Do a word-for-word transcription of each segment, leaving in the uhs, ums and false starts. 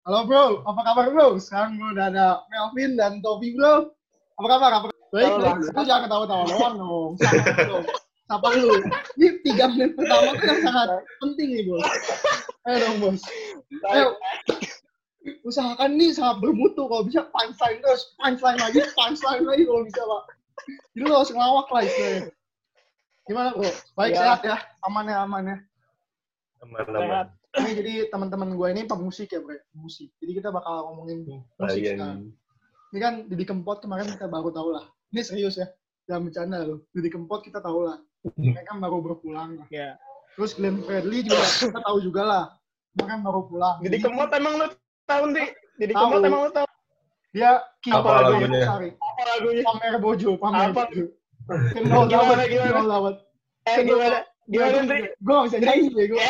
Halo bro, apa kabar bro? Sekarang gue udah ada Melvin dan Topi bro. Apa kabar? Apa baik, baik. Lu jangan ketawa-tawa doang dong. Sapa dulu. Sapa dulu. Ini tiga menit pertama tuh yang sangat penting nih bos. Ayo dong bos. Ayo. Usahakan nih sangat bermutu. Kalau bisa punchline terus. Punchline lagi, punchline lagi kalau bisa pak. Jadi lo harus ngelawak lah istilahnya. Gimana bro? Baik, ya. Sehat ya? Aman ya, aman ya? Aman-aman. Ini jadi teman-teman gue ini pemusik ya bro, musik. Jadi kita bakal ngomongin musik sekarang. Ini kan Didi Kempot kemarin kita baru tahu lah. Ini serius ya, jangan bercanda loh. Didi Kempot kita tahu lah. Mereka kan baru berpulang lah. Yeah. Terus Glenn Fredly juga kita tahu juga lah. Mereka baru pulang. Didi Kempot emang lu tahu nih? Didi Kempot emang lu tahu? Dia king apa lagunya? Apa lagunya? Pamer Bojo, Pamer apa? Bojo. Kendol gimana gimana? Kendol Eh gimana? Gimana Ndri? Gue gak bisa nyanyi deh gue.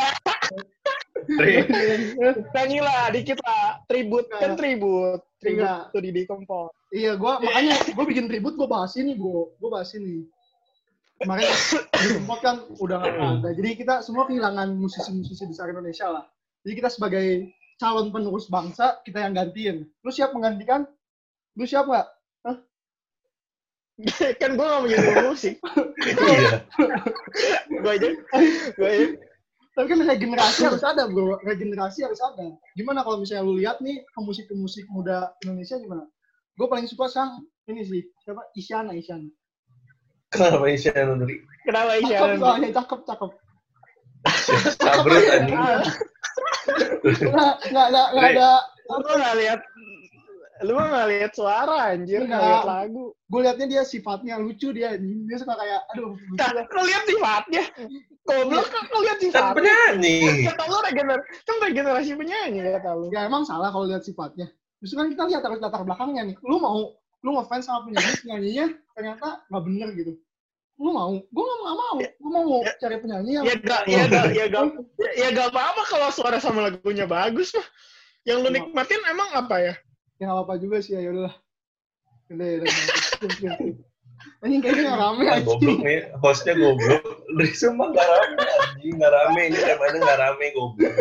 Nyanyi lah, dikit lah. Tribut, kan tribut. Tribut Enggak. tuh Didi Kempot. Iya, gue makanya gue bikin tribut, gue bahas ini, bro. Gue bahas ini. Kemarin Didi Kempot kan udah gak ada. Jadi kita semua kehilangan musisi-musisi besar Indonesia lah. Jadi kita sebagai calon penerus bangsa, kita yang gantiin. Lu siap menggantikan? Lu siap gak? Hah? Kan gue gak menjadi musik. Iya. Gue aja. Gue aja. Tapi kan regenerasi harus ada bro, regenerasi harus ada. Gimana kalau misalnya lu lihat nih pemusik-pemusik muda Indonesia gimana? Gue paling suka sang ini sih, siapa? Isyana, Isyana. Kenapa Isyana Nuri? Kenapa Cakep Isyana? soalnya, cakep, cakep. Sabrut anjing. Nggak, nggak, nggak, nggak ada. Lu nggak lihat, lu nggak lihat suara anjir, nggak lihat lagu. Gue liatnya dia sifatnya lucu dia, dia suka kayak, aduh. Lucu nah, lu lihat sifatnya, goblok lu lihat Kan sifatnya. penyanyi. Kata lu regener, kan regenerasi penyanyi kata lu. Ya emang salah kalau lihat sifatnya. Justru kan kita lihat harus latar belakangnya nih. Lu mau, lu ngefans sama penyanyi, penyanyinya ternyata nggak bener gitu. Lu mau? Gue nggak mau. Gue mau ya, cari penyanyi yang. Ya gak, ya gak, ya gak, ya gak apa-apa kalau suara sama lagunya bagus mah. Yang lu nikmatin emang apa ya? Ya nggak apa-apa juga sih ya, yaudahlah. Udah, udah. Ini kayaknya nggak rame aja. Goblok nih, hostnya goblok. Dari semua nggak rame, anjing nggak rame. Ini temanya nggak rame goblok.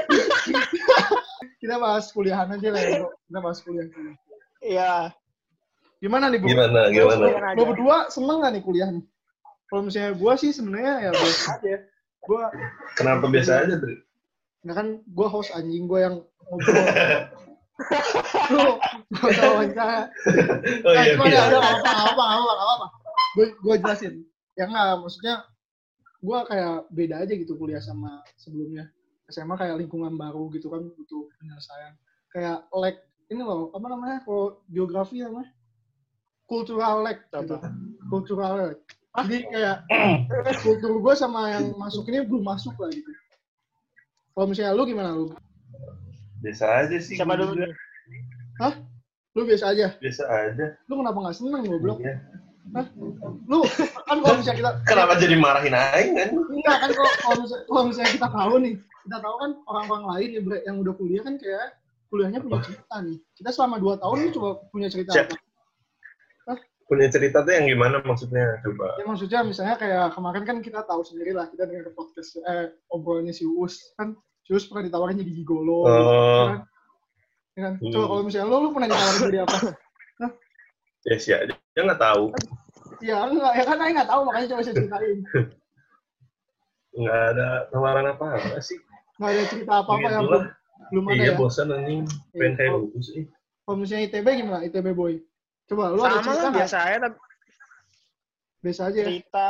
Kita bahas kuliahan aja lah ya, bro. Kita bahas kuliah. Iya. Gimana nih, bro? Gimana, gimana? Lo berdua seneng nggak nih kuliah nih? Kalau misalnya gue sih sebenarnya ya biasa aja. Gue. Kenapa biasa aja, Dri? Nah kan gue host anjing gue yang ngobrol. Lu gue tahu wawancara. Oh iya, Nah, iya. ada apa apa apa apa apa. Gue gue jelasin. Ya nggak, maksudnya gue kayak beda aja gitu kuliah sama sebelumnya. S M A kayak lingkungan baru gitu kan, butuh penyelesaian. Kayak lag ini loh, apa namanya? Kalau geografi namanya cultural lag gitu. Cultural lag. Jadi kayak kultur gue sama yang masuk ini belum masuk lah gitu. Kalau misalnya lu gimana lu? Biasa aja sih. Siapa dulu? Hah? Lu biasa aja? Biasa aja. Lu kenapa nggak seneng goblok? Iya. Hah? Lu kan kalau misalnya kita Kenapa jadi marahin aing kan? enggak kan kalau kalau misalnya, kalau misalnya kita tahu nih, kita tahu kan orang-orang lain yang, yang udah kuliah kan kayak kuliahnya punya cerita nih. Kita selama dua tahun nih coba punya cerita Cep. apa? Hah? Punya cerita tuh yang gimana maksudnya? Coba. Ya maksudnya misalnya kayak kemarin kan kita tahu sendiri lah, kita dengar podcast eh obrolannya si Uus kan, si Uus pernah ditawarin jadi gigolo. Oh. Kan? Ya kan? Hmm. Coba kalau misalnya lu, lu pernah ditawarin jadi apa? Hah? Ya sih aja. Dia nggak tahu. Ya enggak, ya kan saya nggak tahu makanya coba saya ceritain. Nggak ada tawaran apa-apa sih. Nggak ada cerita apa-apa yang belum, belum ada iya, ya. bosan anjing. Pengen kayak bagus sih. Kalau misalnya I T B gimana? I T B boy. Coba lu ada Sama cerita lah nggak? biasa aja tapi Biasa aja ya. cerita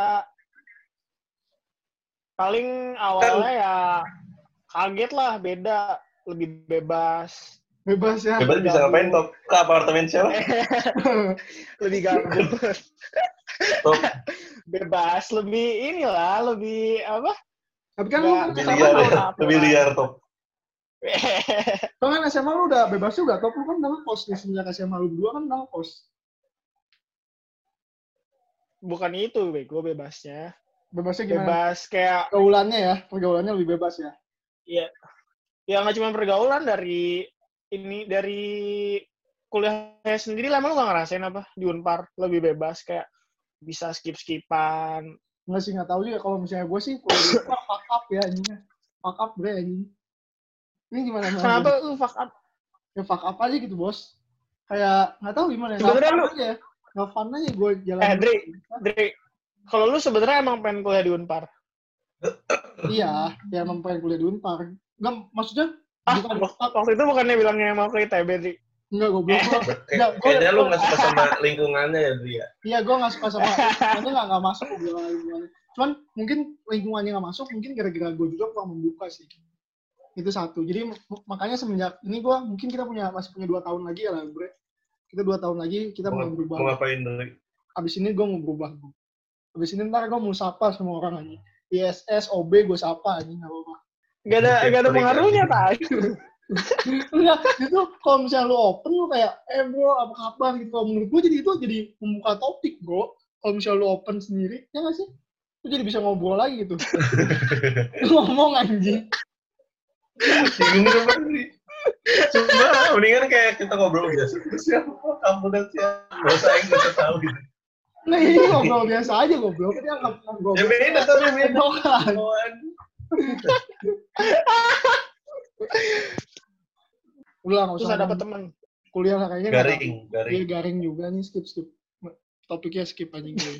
paling awalnya ya kaget lah, beda, lebih bebas. Bebas ya. Bebas bisa ngapain, Top? Ke apartemen siapa? Lebih gabut. Top. Bebas, lebih inilah, lebih apa? Tapi kan lu kan Lebih S M A liar lu, ya. Lebih liar, Top. lu kan S M A lu udah bebas juga. Top lu kan nama kos nih semenjak S M A lu berdua kan nama kos. Bukan itu, bego bebasnya. Bebasnya gimana? Bebas kayak Pergaulannya ya, pergaulannya lebih bebas ya. ya, ya nggak cuma pergaulan dari ini dari kuliahnya sendiri lah, emang lu nggak ngerasain apa di Unpar lebih bebas kayak bisa skip-skipan. Nggak sih, nggak tahu juga kalau misalnya gue sih kuliah di Unpar fuck up ya anjingnya. Fuck up bre anjing. Ini gimana? Kenapa lu fuck up? ya fuck up aja gitu bos. Kayak nggak tahu gimana. Sebenarnya lu aja, nggak fun aja gue jalan. Eh Dri, Dri, kalau lu sebenarnya emang pengen kuliah di Unpar. Iya, ya emang pengen kuliah di Unpar. Nggak, maksudnya Ah, bukan, waktu itu bukannya bilangnya mau ke I T B, Dri. Enggak, gue belum. Kayak, kayaknya lu nggak suka sama lingkungannya ya, Dri ya? Iya, gue nggak suka sama lingkungannya, nggak nggak masuk gue bilang lingkungannya. Cuman mungkin lingkungannya nggak masuk, mungkin gara-gara gue juga kurang membuka sih. Itu satu. Jadi makanya semenjak ini gue mungkin kita punya masih punya dua tahun lagi ya lah, Bre. Kita dua tahun lagi kita mau berubah. Mau ngapain, Dri? Abis ini gue mau berubah. Abis ini ntar gue mau sapa semua orang aja. I S S, O B gue sapa aja nggak apa-apa. Gak ada gak ada pengaruhnya tay. Enggak, itu kalau misalnya lu open lu kayak eh bro apa kabar gitu. Kalau menurut gue jadi itu jadi membuka topik bro. Kalau misalnya lu open sendiri ya nggak sih? Lu jadi bisa ngobrol lagi gitu. Lu ngomong anjing. Bingung kan sih. Cuma mendingan kayak kita ngobrol biasa. Siapa kamu dan siapa? Gak usah yang kita tahu gitu. Nah ini ngobrol biasa aja goblok. Dia nggak pernah ngobrol. Ya beda tapi beda. Udah nggak Terus usah dapat teman. kuliah lah kayaknya. Garing, garing. Iya garing juga nih skip skip. Topiknya skip anjing gue.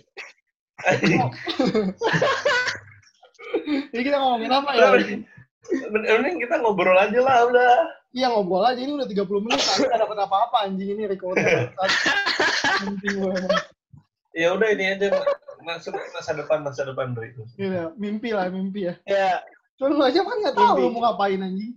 Jadi kita ngomongin apa ya? Mending kita ngobrol aja lah udah. Iya ngobrol aja, ini udah tiga puluh menit, tapi gak dapet apa-apa anjing ini recordnya. Penting gue emang. Ya udah ini aja masuk masa depan masa depan Dri. Iya, mimpi lah, mimpi ya. Ya, Cuman lu aja kan gak tahu lu mau ngapain anjing.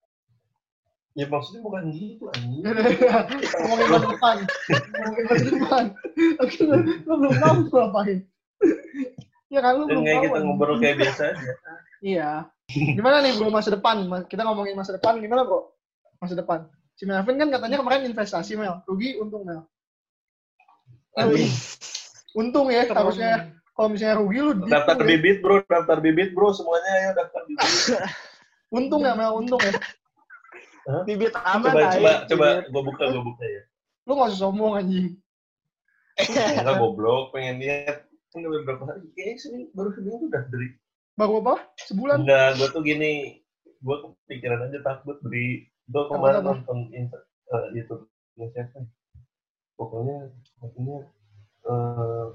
Ya maksudnya bukan gitu anjing. Ngomongin masa depan. Ngomongin masa depan. Oke, lu lu belum tahu lu ngapain. Iya kan, lu belum Kayak tahu. kita ngobrol kayak biasa aja. Iya. Gimana nih bro masa depan? Kita ngomongin masa depan gimana bro? Masa depan. Si Melvin kan katanya kemarin investasi Mel. Rugi untung Mel. Anjing. Untung ya harusnya. Kalau misalnya rugi lu Daftar bibit bro, daftar bibit bro semuanya ayo daftar bibit. Untung ya Mel, untung ya. Hah? bibit aman Coba tay. coba coba Bibit. gua buka gua buka ya. Lu gak usah sombong anjing. Enggak goblok pengen lihat. Ini udah berapa hari? Kayaknya sini baru seminggu udah Dri. Baru apa? Sebulan? Enggak, gua tuh gini, gua kepikiran aja takut beli. Gua kemarin Apa-apa? nonton inter, uh, YouTube siapa? Pokoknya artinya uh,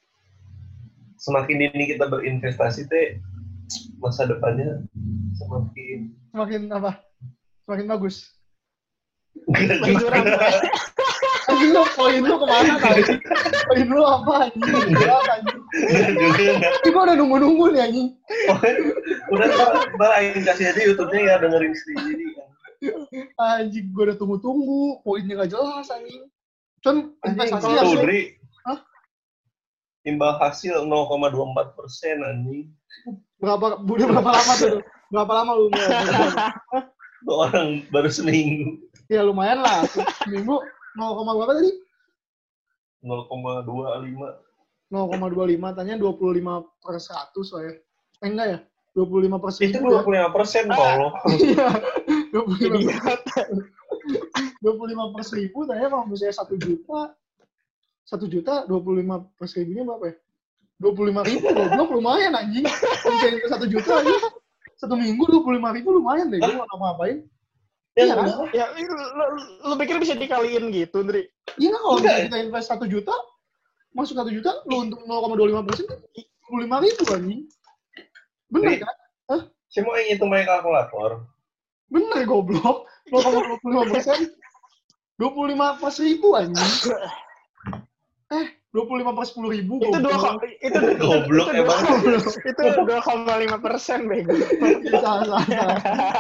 semakin dini kita berinvestasi teh masa depannya semakin Semakin apa? Semakin bagus. Berjurang. Anjing lu poin lu kemana tadi? Poin lu apa anjing? Gila anjing. Ini gua udah nunggu-nunggu nih anjing. Udah ntar ntar aing kasih aja YouTube-nya ya dengerin sendiri kan. Anjing gua udah tunggu-tunggu. Poinnya gak jelas anjing. Cuman investasi Anjing, ya tuh, sih. Dri. Hah? Imbal hasil nol koma dua puluh empat persen anjing. Berapa, udah berapa lama tuh? Berapa lama lu? Tuh orang baru seminggu. Ya lumayan lah. Seminggu nol koma berapa tadi? nol koma dua lima. nol koma dua lima, tanya dua puluh lima per seratus lah ya. Eh enggak ya? dua puluh lima per Itu seribu dua ya? puluh lima persen kalau. Iya. dua puluh lima dua puluh lima per seribu, tanya kalau misalnya satu juta. satu juta, dua puluh lima per seribunya berapa ya? dua puluh lima ribu, goblok lumayan anjing. Kalau misalnya itu satu juta aja. Satu minggu dua puluh lima ribu lumayan deh. Gue nggak ngapa-ngapain. Iya kan? Ya, lu, lu, lu pikir bisa dikaliin gitu, Ndri? Iya nggak kalau misalnya kita invest satu juta, masuk satu juta, lu untuk nol koma dua puluh lima persen, dua puluh lima ribu anjing. Bener Ri, kan? Hah? Saya mau yang hitung pakai kalkulator. Bener goblok. nol koma dua puluh lima persen. dua puluh lima per seribu anjing. Eh, dua puluh lima per sepuluh ribu. Itu dua koma itu Goblok itu emang. itu dua koma lima persen bego. Salah, salah, salah.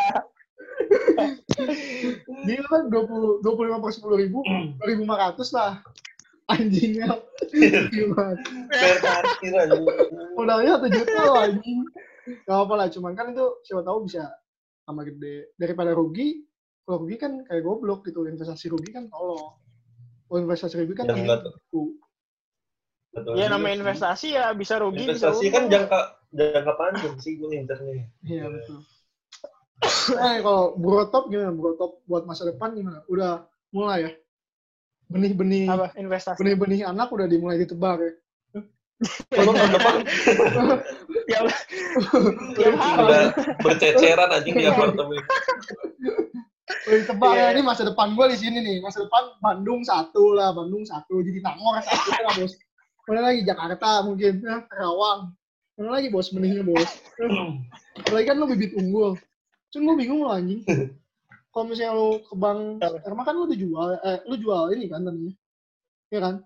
Dia kan dua puluh dua puluh lima per sepuluh ribu, dua ribu lima ratus lah. Anjingnya. Gimana? Bayar parkir anjing. Modalnya satu juta loh anjing. Gak apa lah, cuman kan itu siapa tahu bisa tambah gede. Daripada rugi, kalau rugi kan kayak goblok gitu. Investasi rugi kan tolong. Kalau investasi rugi kan Ya, enggak tuh. Betul Ya juga namanya sih. investasi ya bisa rugi Investasi bisa kan untung. jangka jangka panjang sih gue ngincernya. Iya betul. Eh kalau Brotop gimana? Brotop buat masa depan gimana? Udah mulai ya? Benih-benih Apa investasi? benih-benih anak udah dimulai ditebar ya? Kalau tahun depan yang yang harus udah berceceran anjing di apartemen. Boleh tebak Iya. ya, ini masa depan gue di sini nih. Masa depan Bandung satu lah, Bandung satu. Jadi Nangor satu lah bos. Mana lagi Jakarta mungkin, eh, Karawang. Mana lagi bos, benihnya bos. Eh, apalagi kan lu bibit unggul. Cuma gue bingung loh anjing. Kalau misalnya lu ke bank Erma kan lu tuh jual, eh lu jual ini kan tadinya. Iya kan?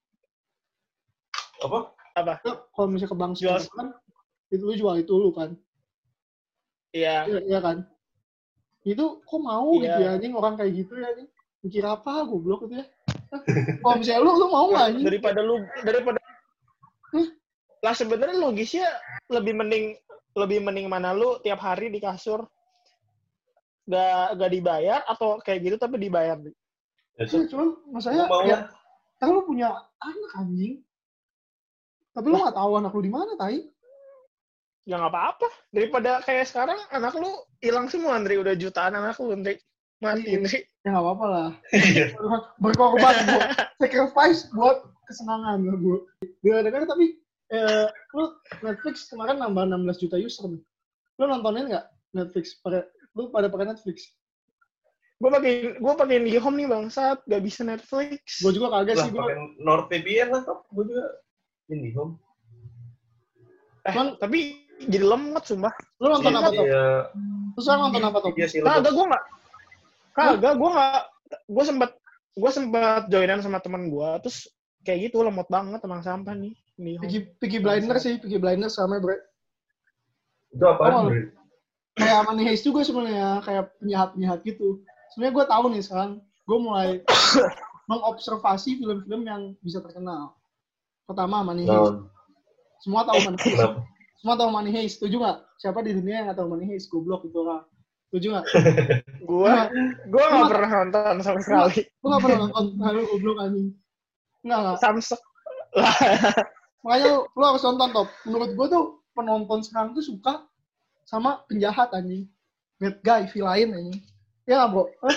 Apa? Apa? Lu kalau misalnya ke bank Jual. Erma kan, itu lu jual itu lu kan. Iya. Iya, iya kan? Itu kok mau Iya. gitu ya anjing orang kayak gitu ya anjing. Mikir apa goblok itu ya. Kalau misalnya lu lu mau nggak anjing? Daripada lu daripada Hah? lah sebenarnya logisnya lebih mending lebih mending mana lu tiap hari di kasur gak gak dibayar atau kayak gitu tapi dibayar. Ya, Iya, cuman maksudnya mau ya, lah. kan lu punya anak anjing. Tapi lu nggak tahu anak lu di mana, tai. Ya nggak apa-apa. Daripada kayak sekarang anak lu hilang semua, Andri. Udah jutaan anak lu, Andri. Mati, Andri. Ya nggak apa-apa lah. Berkorban buat sacrifice buat kesenangan gue. Gue dengar tapi eh, lu Netflix kemarin nambah enam belas juta user nih. Lu nontonin nggak Netflix? Pada lu pada pakai Netflix? Gue pakai gue pakai IndiHome nih bangsat, gak bisa Netflix. Gue juga kaget Lah, sih gue. pakai NordVPN lah, gue juga IndiHome. Eh, Cuman- tapi jadi lemot sumpah. Lu nonton apa tuh? Iya, Terus sekarang nonton apa tuh? iya sih. Kagak gue nggak. Kagak gue nggak. Gue sempat gue sempat joinan sama teman gue, terus kayak gitu lemot banget emang sampah nih. IndiHome. Peaky, Peaky Blinders sih, Peaky Blinders sama bre. Itu apaan, Oh, Bre? Kayak Money Heist juga sebenarnya, kayak penjahat-penjahat gitu. Sebenarnya gue tahu nih sekarang, gue mulai mengobservasi film-film yang bisa terkenal. Pertama Money Heist. No. Semua tahu Money Heist. Kenapa? Semua tahu Money Heist. Setuju nggak? Siapa di dunia yang nggak tahu Money Heist? Goblok itu orang. Setuju nggak? Gue gue nggak pernah nonton sama sekali. Lu nggak pernah nonton? Lalu goblok anjing. Nggak nggak. Samsek. Makanya lu, lu harus nonton top. Menurut gue tuh penonton sekarang tuh suka sama penjahat anjing. Bad guy, villain anjing. Ya nggak bro? Hah?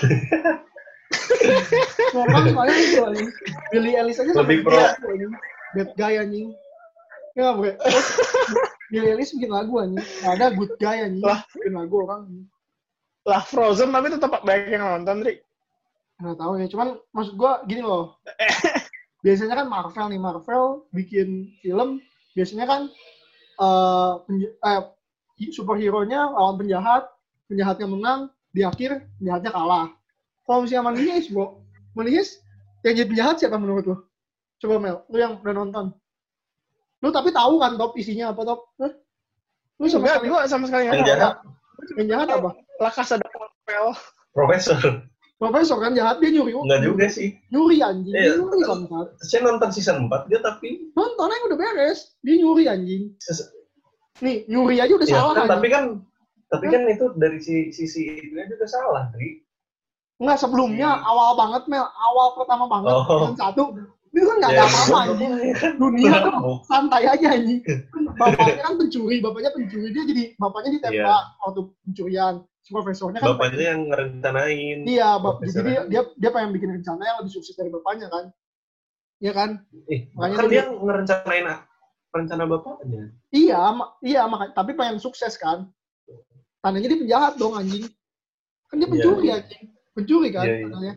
Orang soalnya itu anjing. Billy Ellis aja sama Lebih pro. dia anjing. Bad guy anjing. Ya nggak bro? Terus Billy Ellis bikin lagu anjing. Nggak ada good guy anjing. Lah. Bikin lagu orang anjing. Lah Frozen tapi tetap banyak yang nonton, Ri. Nggak tahu ya. Cuman maksud gue gini loh. Biasanya kan Marvel nih. Marvel bikin film. Biasanya kan uh, penj- eh, superhero-nya lawan penjahat. Penjahatnya menang. Di akhir penjahatnya kalah. Kalau misalnya Money Heist, bro. Money Heist, yang jadi penjahat siapa menurut lo? Coba Mel, lu yang udah nonton. Lu tapi tahu kan top isinya apa top? Hah? Lu sama Enggak, sekali gue sama sekali nggak Yang tahu. jahat, yang jahat apa? La Casa de Papel. Profesor. Profesor kan jahat, dia nyuri. Enggak juga sih. Nyuri anjing, dia Iya. nyuri bangsat. Saya nonton season empat, dia tapi... Nonton aja udah beres, dia nyuri anjing. Nih, nyuri aja udah Ya, salah kan, anjing. tapi kan tapi kan itu dari si sisi itu juga salah, Dri. Enggak, sebelumnya awal banget Mel, awal pertama banget Oh. season satu. Itu kan enggak ada Ya, apa-apa gua- anjing. Dunia tuh Oh. santai aja anjing. Bapaknya kan pencuri, bapaknya pencuri dia jadi bapaknya ditembak waktu pencurian. Si profesornya kan Bapaknya yang ngerencanain. iya, bap- Profesor. jadi dia, dia dia pengen bikin rencana yang lebih sukses dari bapaknya kan. Iya kan? Eh, Makanya kan tuh dia ngerencanain rencana bapaknya. Iya, ma- iya makanya tapi pengen sukses kan. Tandanya dia penjahat dong anjing. Kan dia Iya, pencuri iya. anjing. Pencuri kan Iya, iya. katanya.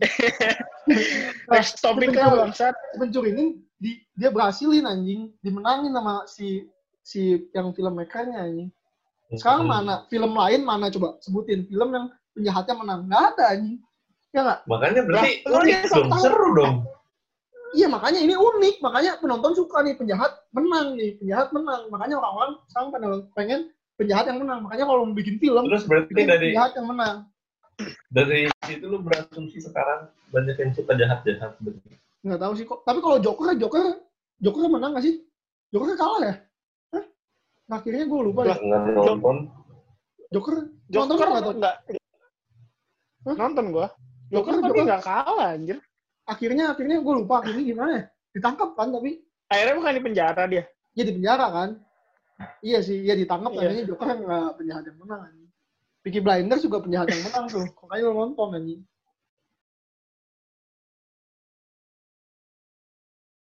Next topik lah bangsat. Pencuri ini di, dia berhasilin anjing, dimenangin sama si si yang filmmakernya anjing. Sekarang mana film lain mana coba sebutin film yang penjahatnya menang? Nggak ada anjing. Ya nggak? Makanya berarti Lah, unik lu dong, tahu. seru dong. Iya makanya ini unik, makanya penonton suka nih penjahat menang nih, penjahat menang. Makanya orang-orang sekarang pada pengen penjahat yang menang. Makanya kalau mau bikin film, Terus berarti bikin dari penjahat yang menang. dari situ lu berasumsi sekarang banyak yang suka jahat-jahat. Nggak tahu sih kok. Tapi kalau Joker, Joker, Joker menang nggak sih? Joker kalah ya? Hah? Akhirnya gue lupa ya. Nggak nonton. Joker, nonton Joker nggak tuh? enggak. Hah? Nonton gua. Joker Joker, tapi Joker. enggak kalah anjir. Akhirnya, akhirnya gue lupa akhirnya gimana ya? Ditangkap kan tapi Akhirnya bukan di penjara dia. ya di penjara kan? Iya sih, ya ditangkap. Iya. Akhirnya Joker nggak penjahat yang menang. Anjing. Peaky Blinders juga penjahat yang menang tuh. Makanya lo nonton anjing.